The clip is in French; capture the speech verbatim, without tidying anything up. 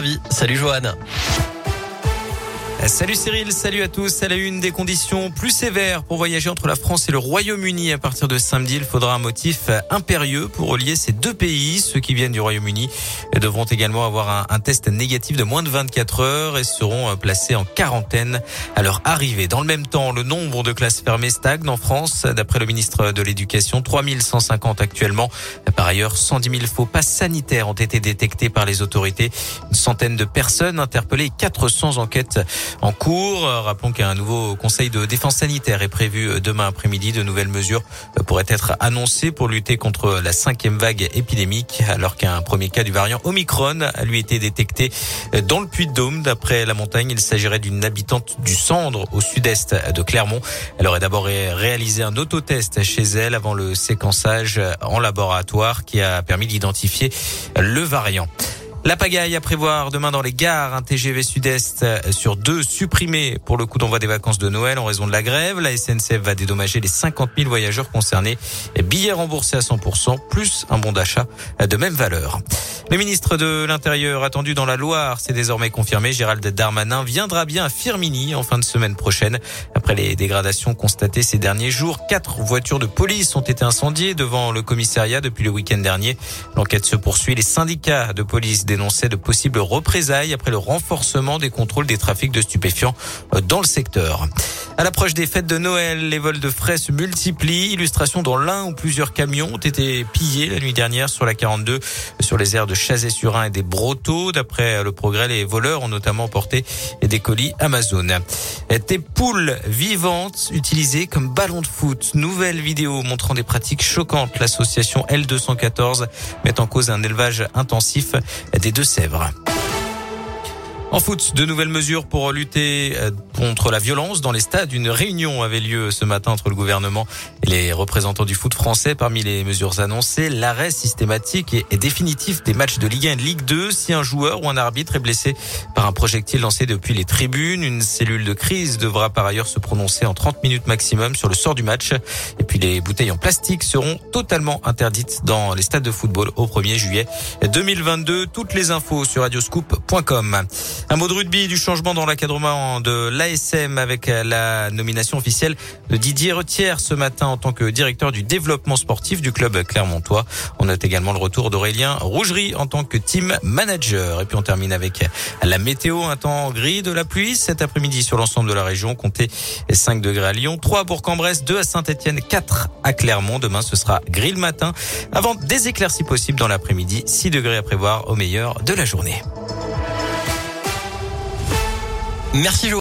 ravi. Salut Johan. Salut Cyril, salut à tous. À la une, des conditions plus sévères pour voyager entre la France et le Royaume-Uni. À partir de samedi, il faudra un motif impérieux pour relier ces deux pays. Ceux qui viennent du Royaume-Uni devront également avoir un, un test négatif de moins de vingt-quatre heures et seront placés en quarantaine à leur arrivée. Dans le même temps, le nombre de classes fermées stagne en France. D'après le ministre de l'Éducation, trois mille cent cinquante actuellement. Par ailleurs, cent dix mille faux passes sanitaires ont été détectés par les autorités. Une centaine de personnes interpellées, quatre cents enquêtes en cours. Rappelons qu'un nouveau conseil de défense sanitaire est prévu demain après-midi. De nouvelles mesures pourraient être annoncées pour lutter contre la cinquième vague épidémique, alors qu'un premier cas du variant Omicron a lui été détecté dans le Puy-de-Dôme. D'après La Montagne, il s'agirait d'une habitante du Sandre, au sud-est de Clermont. Elle aurait d'abord réalisé un autotest chez elle avant le séquençage en laboratoire qui a permis d'identifier le variant. La pagaille à prévoir demain dans les gares, un T G V Sud-Est sur deux supprimé pour le coup d'envoi des vacances de Noël en raison de la grève. La S N C F va dédommager les cinquante mille voyageurs concernés. Billets remboursés à cent pour cent plus un bon d'achat de même valeur. Le ministre de l'Intérieur attendu dans la Loire, c'est désormais confirmé. Gérald Darmanin viendra bien à Firminy en fin de semaine prochaine. Après les dégradations constatées ces derniers jours, quatre voitures de police ont été incendiées devant le commissariat depuis le week-end dernier. L'enquête se poursuit. Les syndicats de police dénonçaient de possibles représailles après le renforcement des contrôles des trafics de stupéfiants dans le secteur. À l'approche des fêtes de Noël, les vols de frais se multiplient. Illustration dans l'un où plusieurs camions ont été pillés la nuit dernière sur la quarante-deux, sur les aires de Chazé-sur-Ain et des Brotteaux. D'après Le Progrès, les voleurs ont notamment porté des colis Amazon. Des poules vivantes utilisées comme ballons de foot. Nouvelle vidéo montrant des pratiques choquantes. L'association L deux cent quatorze met en cause un élevage intensif des Deux-Sèvres. En foot, de nouvelles mesures pour lutter contre la violence dans les stades. Une réunion avait lieu ce matin entre le gouvernement et les représentants du foot français. Parmi les mesures annoncées, l'arrêt systématique et définitif des matchs de Ligue un et de Ligue deux si un joueur ou un arbitre est blessé par un projectile lancé depuis les tribunes. Une cellule de crise devra par ailleurs se prononcer en trente minutes maximum sur le sort du match. Et puis les bouteilles en plastique seront totalement interdites dans les stades de football au premier juillet deux mille vingt-deux. Toutes les infos sur radioscoop point com. Un mot de rugby, du changement dans l'encadrement de l'A S M avec la nomination officielle de Didier Retière ce matin en tant que directeur du développement sportif du club clermontois. On note également le retour d'Aurélien Rougerie en tant que team manager. Et puis on termine avec la météo, un temps gris, de la pluie cet après-midi sur l'ensemble de la région. Comptez cinq degrés à Lyon, trois à Bourg-en-Bresse, deux à Saint-Etienne, quatre à Clermont. Demain ce sera gris le matin avant des éclaircies possibles dans l'après-midi. six degrés à prévoir au meilleur de la journée. Merci Johan.